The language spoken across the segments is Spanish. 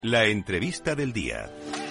La entrevista del día.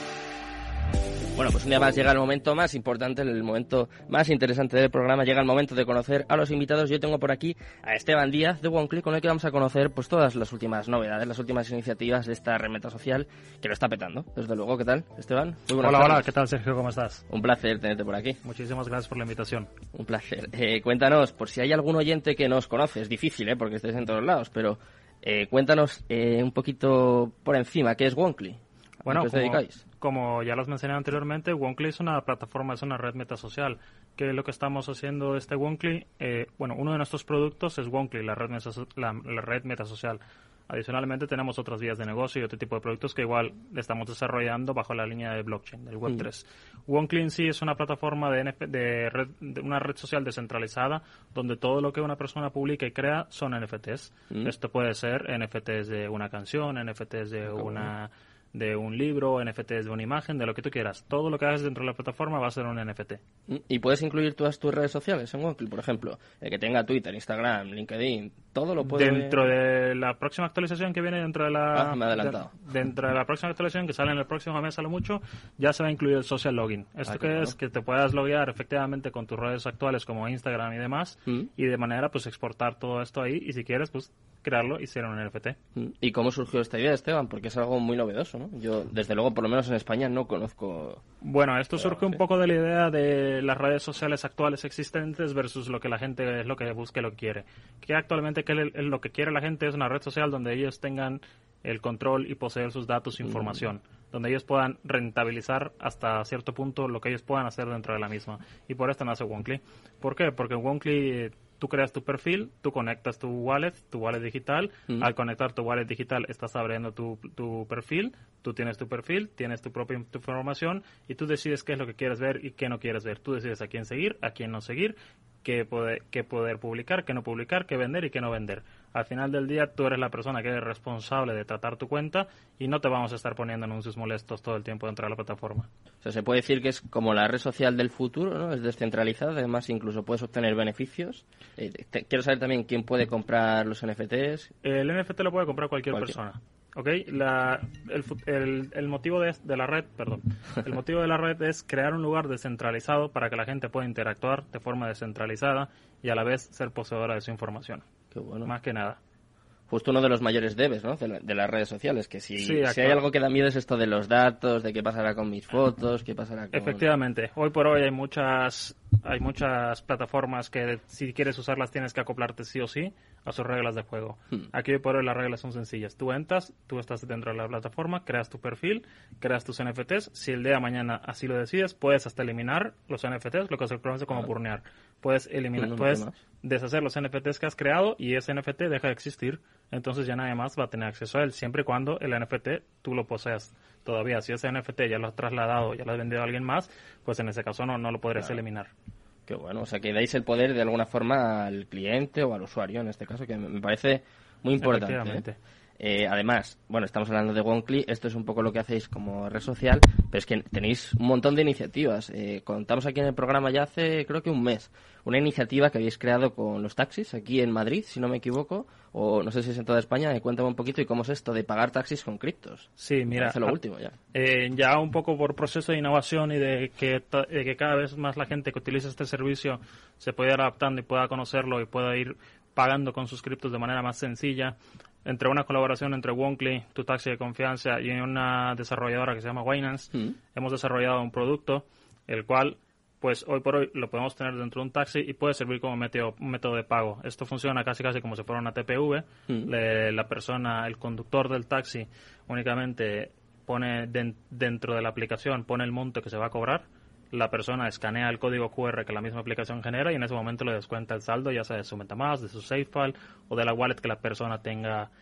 Bueno, pues un día más llega el momento más importante, el momento más interesante del programa. Llega el momento de conocer a los invitados. Yo tengo por aquí a Esteban Díaz de OneClick, con el que vamos a conocer pues todas las últimas novedades, las últimas iniciativas de esta red metasocial que lo está petando. Desde luego, ¿qué tal, Esteban? Muy buenas tardes. Hola, ¿qué tal, Sergio? ¿Cómo estás? Un placer tenerte por aquí. Muchísimas gracias por la invitación. Un placer. Cuéntanos, por si hay algún oyente que nos conoce, es difícil, porque estáis en todos lados, pero cuéntanos un poquito por encima, ¿qué es OneClick? Bueno, ¿A qué os dedicáis? Como ya los mencioné anteriormente, OneClick es una plataforma, es una red metasocial. ¿Qué es lo que estamos haciendo este OneClick? Uno de nuestros productos es OneClick, la red metasocial. Adicionalmente tenemos otras vías de negocio y otro tipo de productos que igual estamos desarrollando bajo la línea de blockchain, del Web3. OneClick en sí es una plataforma de una red social descentralizada donde todo lo que una persona publica y crea son NFTs. Esto puede ser NFTs de una canción, NFTs de un libro, NFTs de una imagen, de lo que tú quieras. Todo lo que hagas dentro de la plataforma va a ser un NFT. ¿Y puedes incluir todas tus redes sociales en OneClick, por ejemplo? El que tenga Twitter, Instagram, LinkedIn, todo lo puede... Dentro de la próxima actualización que viene, dentro de la... me he adelantado. Dentro de la próxima actualización que sale en el próximo mes, sale mucho, ya se va a incluir el social login. Esto que es que te puedas loguear efectivamente con tus redes actuales como Instagram y demás, y de manera pues exportar todo esto ahí, y si quieres pues crearlo y ser un NFT. ¿Y cómo surgió esta idea, Esteban? Porque es algo muy novedoso, ¿no? Yo, desde luego, por lo menos en España, no conozco... Bueno, esto surge un poco de la idea de las redes sociales actuales existentes versus lo que la gente es lo que busca y lo que quiere. Que actualmente lo que quiere la gente es una red social donde ellos tengan el control y poseer sus datos e información, donde ellos puedan rentabilizar hasta cierto punto lo que ellos puedan hacer dentro de la misma. Y por esto nace OneClick. ¿Por qué? Porque en OneClick tú creas tu perfil, tú conectas tu wallet digital. Al conectar tu wallet digital estás abriendo tu perfil, tú tienes tu perfil, tienes tu propia información y tú decides qué es lo que quieres ver y qué no quieres ver. Tú decides a quién seguir, a quién no seguir, qué poder publicar, qué no publicar, qué vender y qué no vender. Al final del día tú eres la persona que eres responsable de tratar tu cuenta y no te vamos a estar poniendo anuncios molestos todo el tiempo dentro de la plataforma. O sea, se puede decir que es como la red social del futuro, ¿no? Es descentralizada, además incluso puedes obtener beneficios. Quiero saber también quién puede comprar los NFTs. El NFT lo puede comprar cualquier persona. Okay, el motivo de la red, el motivo de la red es crear un lugar descentralizado para que la gente pueda interactuar de forma descentralizada y a la vez ser poseedora de su información. Qué bueno. Más que nada. Justo uno de los mayores debes, ¿no? De las redes sociales, que si hay algo que da miedo es esto de los datos, de qué pasará con mis fotos, qué pasará con... Efectivamente. Hoy por hoy hay muchas plataformas que si quieres usarlas tienes que acoplarte sí o sí a sus reglas de juego. Aquí hoy por hoy las reglas son sencillas. Tú entras, tú estás dentro de la plataforma, creas tu perfil, creas tus NFTs. Si el día de mañana así lo decides, puedes hasta eliminar los NFTs, lo que se conoce como burnear. Puedes eliminar, puedes deshacer los NFTs que has creado y ese NFT deja de existir. Entonces ya nadie más va a tener acceso a él, siempre y cuando el NFT tú lo poseas todavía. Si ese NFT ya lo has trasladado, ya lo has vendido a alguien más, pues en ese caso no lo podrías eliminar. Qué bueno, o sea que dais el poder de alguna forma al cliente o al usuario en este caso, que me parece muy importante. Además, bueno, estamos hablando de OneClick, esto es un poco lo que hacéis como red social, pero es que tenéis un montón de iniciativas. Contamos aquí en el programa ya hace, creo que un mes, una iniciativa que habéis creado con los taxis aquí en Madrid, si no me equivoco, o no sé si es en toda España. Cuéntame un poquito y cómo es esto de pagar taxis con criptos. Sí, mira, lo último ya. Ya un poco por proceso de innovación y de que cada vez más la gente que utiliza este servicio se pueda ir adaptando y pueda conocerlo y pueda ir pagando con sus criptos de manera más sencilla. Entre una colaboración entre OneClick, tu taxi de confianza, y una desarrolladora que se llama Winance, hemos desarrollado un producto, el cual, pues hoy por hoy lo podemos tener dentro de un taxi y puede servir como un método de pago. Esto funciona casi como si fuera una TPV. La persona, el conductor del taxi, únicamente pone dentro de la aplicación, pone el monto que se va a cobrar. La persona escanea el código QR que la misma aplicación genera y en ese momento le descuenta el saldo, ya sea de su MetaMask, de su SafeFile o de la wallet que la persona tenga,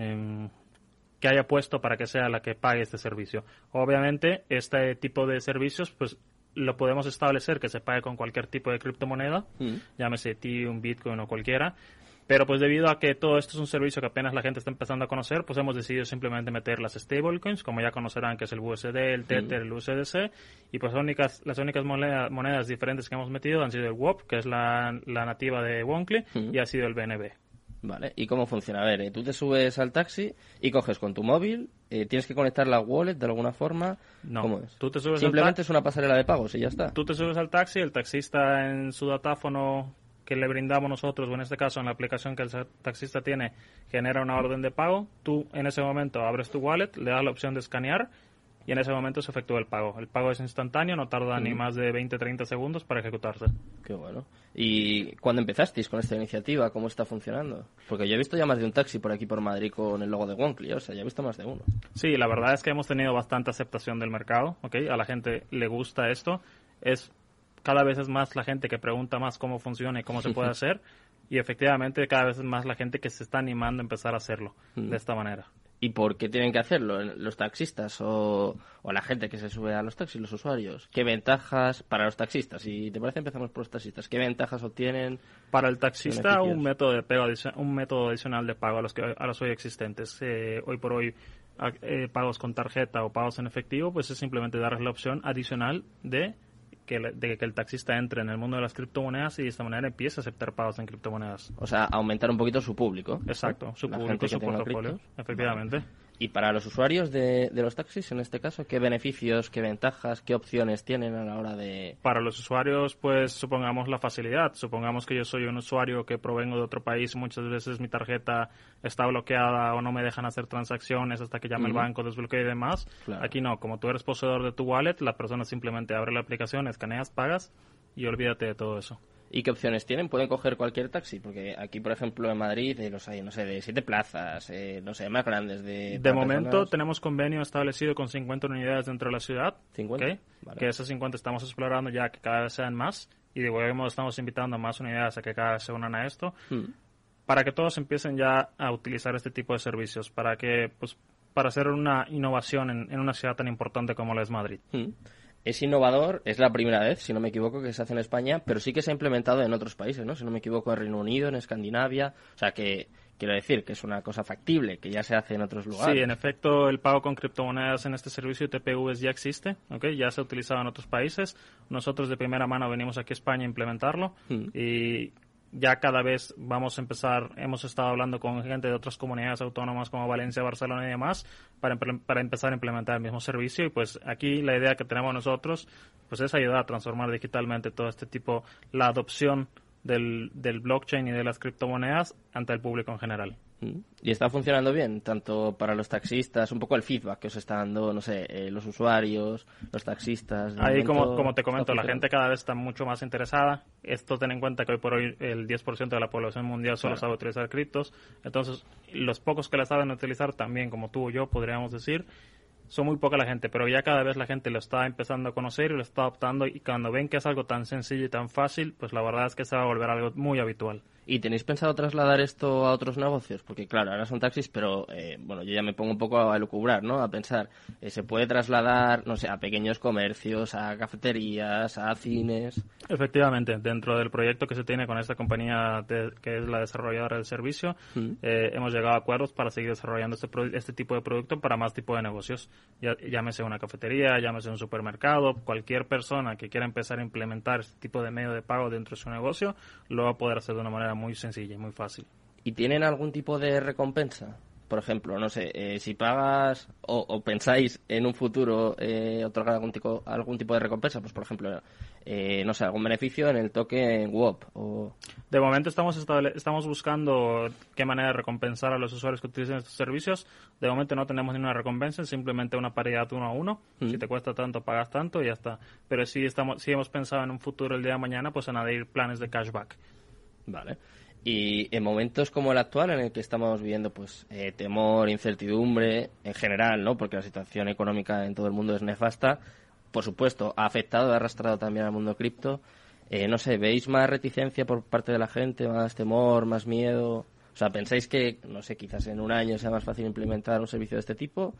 que haya puesto para que sea la que pague este servicio. Obviamente, este tipo de servicios, pues lo podemos establecer que se pague con cualquier tipo de criptomoneda, llámese Ethereum, Bitcoin o cualquiera. Pero pues debido a que todo esto es un servicio que apenas la gente está empezando a conocer, pues hemos decidido simplemente meter las stablecoins, como ya conocerán, que es el USD, el Tether, el USDC, y pues las únicas monedas diferentes que hemos metido han sido el WOP, que es la nativa de OneClick, y ha sido el BNB. Vale, ¿y cómo funciona? A ver, tú te subes al taxi y coges con tu móvil, tienes que conectar la wallet de alguna forma. No, ¿cómo es? Tú te subes Simplemente es una pasarela de pagos y ya está. Tú te subes al taxi, el taxista en su datáfono que le brindamos nosotros, o en este caso en la aplicación que el taxista tiene, genera una orden de pago. Tú en ese momento abres tu wallet, le das la opción de escanear y en ese momento se efectúa el pago. El pago es instantáneo, no tarda ni más de 20-30 segundos para ejecutarse. Qué bueno. ¿Y cuándo empezasteis con esta iniciativa? ¿Cómo está funcionando? Porque yo he visto ya más de un taxi por aquí por Madrid con el logo de Woncli, o sea, ya he visto más de uno. Sí, la verdad es que hemos tenido bastante aceptación del mercado, ¿ok? A la gente le gusta esto. Cada vez es más la gente que pregunta más cómo funciona y cómo se puede hacer. Y efectivamente cada vez es más la gente que se está animando a empezar a hacerlo de esta manera. ¿Y por qué tienen que hacerlo los taxistas o la gente que se sube a los taxis, los usuarios? ¿Qué ventajas para los taxistas? Si te parece, empezamos por los taxistas. ¿Qué ventajas obtienen? Para el taxista, un método adicional de pago a los hoy existentes. Hoy por hoy, pagos con tarjeta o pagos en efectivo, pues es simplemente darles la opción adicional de que el taxista entre en el mundo de las criptomonedas y de esta manera empiece a aceptar pagos en criptomonedas. O sea, aumentar un poquito su público. Exacto, ¿no? Su público, su portafolio, efectivamente. Vale. Y para los usuarios de los taxis, en este caso, ¿qué beneficios, qué ventajas, qué opciones tienen a la hora de...? Para los usuarios, pues supongamos la facilidad. Supongamos que yo soy un usuario que provengo de otro país, muchas veces mi tarjeta está bloqueada o no me dejan hacer transacciones hasta que llame el banco, desbloquee y demás. Claro. Aquí no, como tú eres poseedor de tu wallet, la persona simplemente abre la aplicación, escaneas, pagas y olvídate de todo eso. ¿Y qué opciones tienen? ¿Pueden coger cualquier taxi? Porque aquí, por ejemplo, en Madrid los hay, no sé, de 7 plazas, no sé, más grandes. De momento personas. Tenemos convenio establecido con 50 unidades dentro de la ciudad. 50. ¿Okay? Vale. Que esas 50 estamos explorando ya que cada vez sean más. Y de nuevo estamos invitando a más unidades a que cada vez se unan a esto. Para que todos empiecen ya a utilizar este tipo de servicios. Para hacer una innovación en una ciudad tan importante como la es Madrid. Es innovador, es la primera vez, si no me equivoco, que se hace en España, pero sí que se ha implementado en otros países, ¿no? Si no me equivoco, en Reino Unido, en Escandinavia, o sea que quiero decir que es una cosa factible, que ya se hace en otros lugares. Sí, en efecto, el pago con criptomonedas en este servicio de TPVs ya existe, ¿okay? Ya se ha utilizado en otros países. Nosotros de primera mano venimos aquí a España a implementarlo y ya cada vez hemos estado hablando con gente de otras comunidades autónomas como Valencia, Barcelona y demás para empezar a implementar el mismo servicio y pues aquí la idea que tenemos nosotros pues es ayudar a transformar digitalmente todo este tipo, la adopción del blockchain y de las criptomonedas ante el público en general. Y está funcionando bien, tanto para los taxistas, un poco el feedback que os está dando, no sé, los usuarios, los taxistas. Ahí, como te comento, la gente cada vez está mucho más interesada. Esto ten en cuenta que hoy por hoy el 10% de la población mundial solo sabe utilizar criptos. Entonces, los pocos que la saben utilizar también, como tú o yo, podríamos decir, son muy poca la gente, pero ya cada vez la gente lo está empezando a conocer y lo está adoptando y cuando ven que es algo tan sencillo y tan fácil, pues la verdad es que se va a volver algo muy habitual. ¿Y tenéis pensado trasladar esto a otros negocios? Porque claro, ahora son taxis, pero yo ya me pongo un poco a elucubrar, ¿no? A pensar, se puede trasladar, no sé, a pequeños comercios, a cafeterías, a cines. Efectivamente, dentro del proyecto que se tiene con esta compañía que es la desarrolladora del servicio, hemos llegado a acuerdos para seguir desarrollando este tipo de producto para más tipo de negocios. Llámese una cafetería, llámese un supermercado, cualquier persona que quiera empezar a implementar este tipo de medio de pago dentro de su negocio, lo va a poder hacer de una manera muy sencilla y muy fácil. ¿Y tienen algún tipo de recompensa? Por ejemplo, no sé, si pagas o pensáis en un futuro otorgar algún tipo de recompensa, pues por ejemplo, no sé, algún beneficio en el token WOP o... De momento estamos buscando qué manera de recompensar a los usuarios que utilicen estos servicios. De momento no tenemos ninguna recompensa, simplemente una paridad 1 a 1. Si te cuesta tanto, pagas tanto y ya está. Pero sí hemos pensado en un futuro, el día de mañana, pues añadir planes de cashback. Vale. Y en momentos como el actual, en el que estamos viviendo pues temor, incertidumbre, en general, ¿no? Porque la situación económica en todo el mundo es nefasta, por supuesto, ha afectado, ha arrastrado también al mundo cripto. No sé, ¿veis más reticencia por parte de la gente, más temor, más miedo? O sea, ¿pensáis que, no sé, quizás en un año sea más fácil implementar un servicio de este tipo?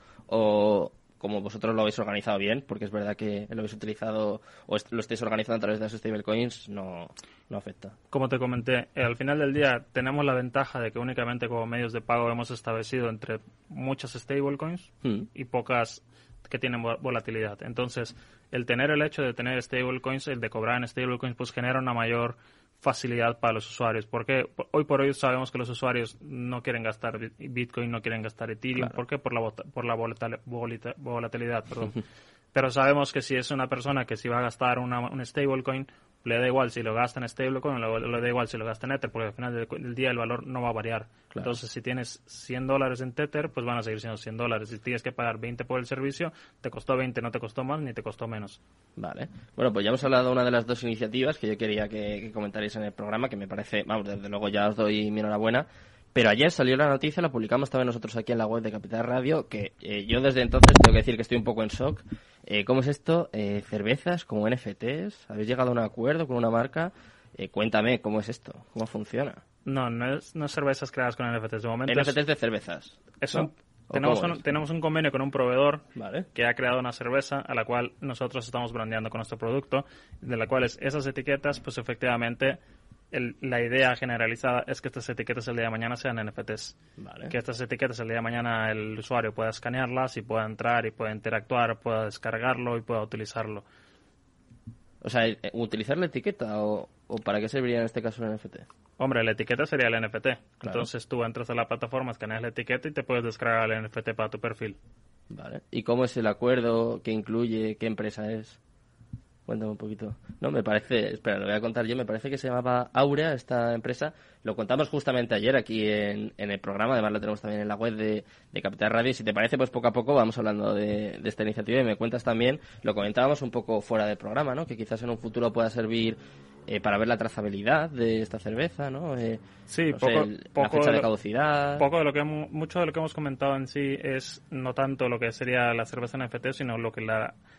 ¿O como vosotros lo habéis organizado bien, porque es verdad que lo habéis utilizado o lo estáis organizando a través de las stablecoins, no afecta? Como te comenté, al final del día tenemos la ventaja de que únicamente como medios de pago hemos establecido entre muchas stablecoins y pocas que tienen volatilidad. Entonces, el hecho de tener stablecoins, el de cobrar en stablecoins, pues genera una mayor facilidad para los usuarios, porque hoy por hoy sabemos que los usuarios no quieren gastar Bitcoin, no quieren gastar Ethereum. Claro. ¿Por qué? Por la volatilidad, perdón. Pero sabemos que si es una persona que si va a gastar un stablecoin, le da igual si lo gasta en stablecoin o le da igual si lo gasta en Ether, porque al final del día el valor no va a variar. Claro. Entonces, si tienes $100 en Tether, pues van a seguir siendo $100. Si tienes que pagar 20 por el servicio, te costó 20, no te costó más ni te costó menos. Vale. Bueno, pues ya hemos hablado de una de las dos iniciativas que yo quería que comentarais en el programa, que me parece, vamos, desde luego ya os doy mi enhorabuena. Pero ayer salió la noticia, la publicamos también nosotros aquí en la web de Capital Radio, que yo desde entonces tengo que decir que estoy un poco en shock. ¿Cómo es esto? Cervezas como NFTs, ¿habéis llegado a un acuerdo con una marca? Cuéntame, ¿cómo es esto? ¿Cómo funciona? No es cervezas creadas con NFTs. De momento NFTs de cervezas. ¿No? Tenemos un convenio con un proveedor, vale, que ha creado una cerveza a la cual nosotros estamos brandeando con nuestro producto, de la cual esas etiquetas, pues efectivamente... la idea generalizada es que estas etiquetas el día de mañana sean NFTs. Vale. Que estas etiquetas el día de mañana el usuario pueda escanearlas y pueda entrar y pueda interactuar, pueda descargarlo y pueda utilizarlo. O sea, ¿utilizar la etiqueta o para qué serviría en este caso el NFT? Hombre, la etiqueta sería el NFT. Claro. Entonces tú entras a la plataforma, escaneas la etiqueta y te puedes descargar el NFT para tu perfil. Vale. ¿Y cómo es el acuerdo? ¿Qué incluye? ¿Qué empresa es? Cuéntame un poquito. No, me parece... Espera, lo voy a contar yo. Me parece que se llamaba Aurea, esta empresa. Lo contamos justamente ayer aquí en el programa. Además, lo tenemos también en la web de Capital Radio. Y si te parece, pues poco a poco vamos hablando de esta iniciativa. Y me cuentas también, lo comentábamos un poco fuera del programa, ¿no? Que quizás en un futuro pueda servir para ver la trazabilidad de esta cerveza, ¿no? Sí, no sé, la fecha de caducidad. Mucho de lo que hemos comentado en sí es no tanto lo que sería la cerveza NFT, sino lo que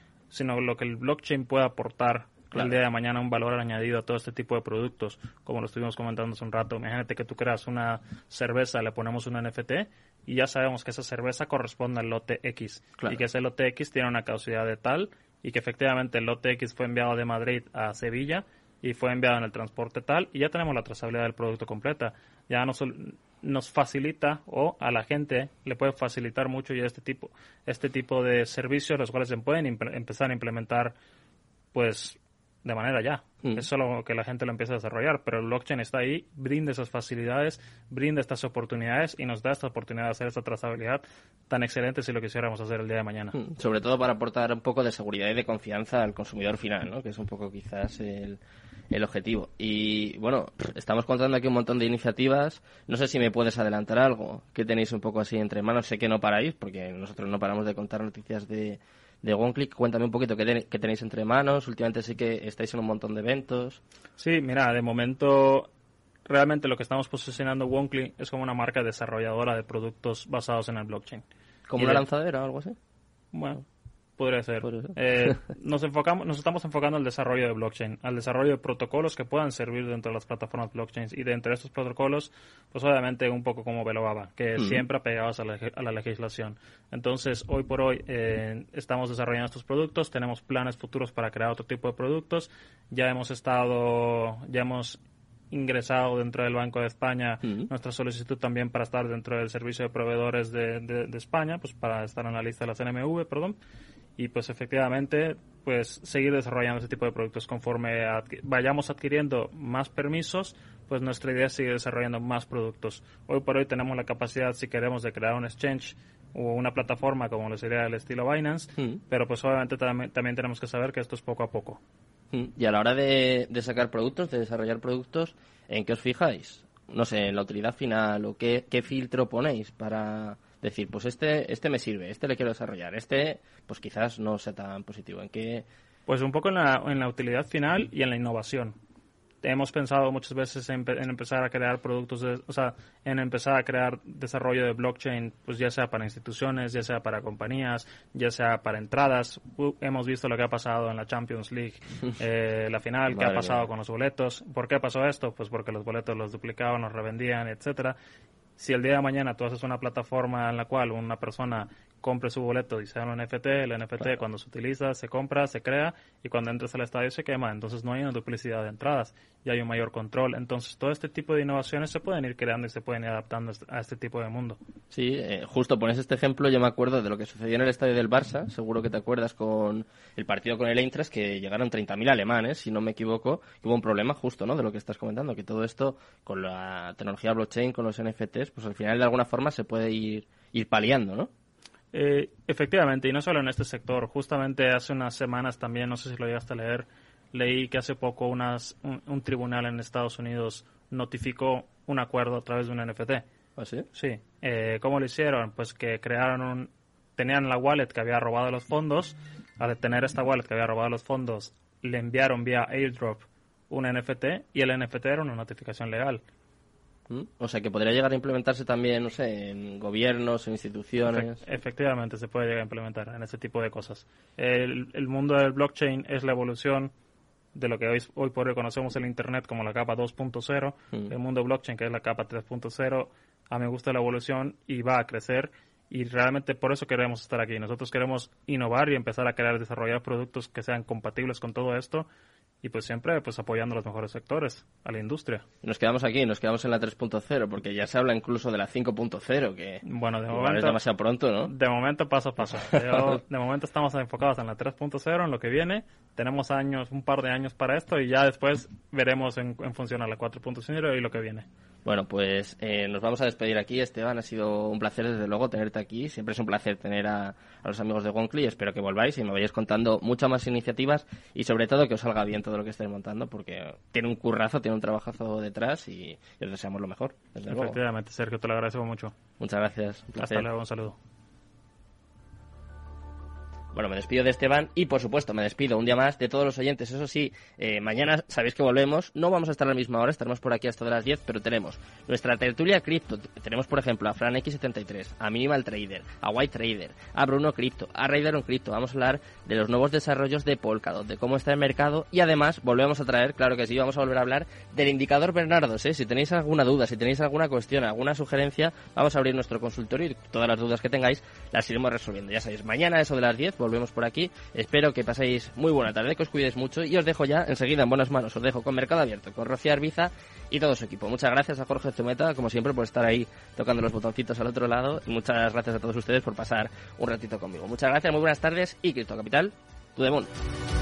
el blockchain puede aportar el día de mañana, un valor añadido a todo este tipo de productos, como lo estuvimos comentando hace un rato. Imagínate que tú creas una cerveza, le ponemos un NFT y ya sabemos que esa cerveza corresponde al lote X, y que ese lote X tiene una caducidad de tal, y que efectivamente el lote X fue enviado de Madrid a Sevilla y fue enviado en el transporte tal, y ya tenemos la trazabilidad del producto completa. Ya nos facilita, o a la gente le puede facilitar mucho ya este tipo de servicios, los cuales se pueden empezar a implementar pues de manera ya. Es solo que la gente lo empiece a desarrollar, pero el blockchain está ahí, brinda esas facilidades, brinda estas oportunidades y nos da esta oportunidad de hacer esta trazabilidad tan excelente si lo quisiéramos hacer el día de mañana. Sobre todo para aportar un poco de seguridad y de confianza al consumidor final, ¿no? Que es un poco quizás el objetivo. Y bueno, estamos contando aquí un montón de iniciativas. No sé si me puedes adelantar algo que tenéis un poco así entre manos. Sé que no paráis, porque nosotros no paramos de contar noticias de OneClick. Cuéntame un poquito qué tenéis entre manos. Últimamente sí que estáis en un montón de eventos. Sí, mira, de momento realmente lo que estamos posicionando OneClick es como una marca desarrolladora de productos basados en el blockchain. ¿Como una lanzadera o algo así? Bueno, podría ser. Nos estamos enfocando al desarrollo de blockchain, al desarrollo de protocolos que puedan servir dentro de las plataformas blockchain, y dentro de estos protocolos, pues obviamente un poco como Velobaba, que siempre apegados a la legislación. Entonces, hoy por hoy estamos desarrollando estos productos, tenemos planes futuros para crear otro tipo de productos. Ya hemos ingresado dentro del Banco de España nuestra solicitud también para estar dentro del servicio de proveedores de España, pues para estar en la lista de la CNMV, y pues efectivamente pues seguir desarrollando ese tipo de productos. Conforme vayamos adquiriendo más permisos, pues nuestra idea es seguir desarrollando más productos. Hoy por hoy tenemos la capacidad, si queremos, de crear un exchange o una plataforma como lo sería el estilo Binance, pero pues obviamente también tenemos que saber que esto es poco a poco. Y a la hora de sacar productos, de desarrollar productos, ¿en qué os fijáis? No sé, en la utilidad final, o qué filtro ponéis para decir, pues este me sirve, este le quiero desarrollar, este pues quizás no sea tan positivo. ¿En qué? Pues un poco en la utilidad final y en la innovación. Hemos pensado muchas veces en empezar a crear productos, en empezar a crear desarrollo de blockchain, pues ya sea para instituciones, ya sea para compañías, ya sea para entradas. Hemos visto lo que ha pasado en la Champions League, la final, qué ha pasado con los boletos. ¿Por qué pasó esto? Pues porque los boletos los duplicaban, los revendían, etcétera. Si el día de mañana tú haces una plataforma en la cual una persona compre su boleto y sea un NFT, el NFT cuando se utiliza, se compra, se crea y cuando entras al estadio se quema, entonces no hay una duplicidad de entradas y hay un mayor control, entonces todo este tipo de innovaciones se pueden ir creando y se pueden ir adaptando a este tipo de mundo. Sí, justo pones este ejemplo, yo me acuerdo de lo que sucedió en el estadio del Barça, seguro que te acuerdas con el partido con el Eintracht, que llegaron 30.000 alemanes, si no me equivoco, que hubo un problema justo, ¿no?, de lo que estás comentando, que todo esto con la tecnología blockchain, con los NFTs, pues al final de alguna forma se puede ir paliando, ¿no? Efectivamente, y no solo en este sector. Justamente hace unas semanas también, no sé si lo llegaste a leer, leí que hace poco un tribunal en Estados Unidos notificó un acuerdo a través de un NFT. ¿Ah, sí? Sí. ¿Cómo lo hicieron? Pues que tenían la wallet que había robado los fondos. Al tener esta wallet que había robado los fondos, le enviaron vía airdrop un NFT y el NFT era una notificación legal. O sea, que podría llegar a implementarse también, no sé, en gobiernos, en instituciones. Efectivamente, se puede llegar a implementar en ese tipo de cosas. El mundo del blockchain es la evolución de lo que hoy por hoy conocemos el Internet como la capa 2.0. El mundo blockchain, que es la capa 3.0, a mí me gusta la evolución y va a crecer. Y realmente por eso queremos estar aquí. Nosotros queremos innovar y empezar a desarrollar productos que sean compatibles con todo esto. Y pues siempre pues apoyando a los mejores sectores, a la industria. Nos quedamos aquí, nos quedamos en la 3.0, porque ya se habla incluso de la 5.0 que bueno, de momento es demasiado pronto, ¿no? De momento paso a paso. De momento estamos enfocados en la 3.0, en lo que viene. Tenemos un par de años para esto y ya después veremos en función a la 4.0 y lo que viene. Bueno, pues nos vamos a despedir aquí, Esteban. Ha sido un placer, desde luego, tenerte aquí. Siempre es un placer tener a los amigos de WonCli. Espero que volváis y me vayáis contando muchas más iniciativas y, sobre todo, que os salga bien todo lo que estéis montando, porque tiene un currazo, tiene un trabajazo detrás y os deseamos lo mejor, desde luego. Efectivamente, Sergio, te lo agradezco mucho. Muchas gracias. Hasta luego, un saludo. Bueno, me despido de Esteban y, por supuesto, me despido un día más de todos los oyentes. Eso sí, mañana sabéis que volvemos. No vamos a estar a la misma hora, estaremos por aquí hasta de las 10, pero tenemos nuestra tertulia cripto. Tenemos, por ejemplo, a Fran X73, a Minimal Trader, a White Trader, a Bruno Cripto, a Raider on Crypto. Vamos a hablar de los nuevos desarrollos de Polkadot, de cómo está el mercado y, además, volvemos a traer, claro que sí, vamos a volver a hablar del indicador Bernardos. Si tenéis alguna duda, si tenéis alguna cuestión, alguna sugerencia, vamos a abrir nuestro consultorio y todas las dudas que tengáis las iremos resolviendo. Ya sabéis, mañana a eso de las 10 volvemos por aquí. Espero que paséis muy buena tarde, que os cuidéis mucho y os dejo ya enseguida en buenas manos. Os dejo con Mercado Abierto, con Rocío Arbiza y todo su equipo. Muchas gracias a Jorge Zumeta, como siempre, por estar ahí tocando los botoncitos al otro lado, y muchas gracias a todos ustedes por pasar un ratito conmigo. Muchas gracias, muy buenas tardes y Cripto Capital, to the moon.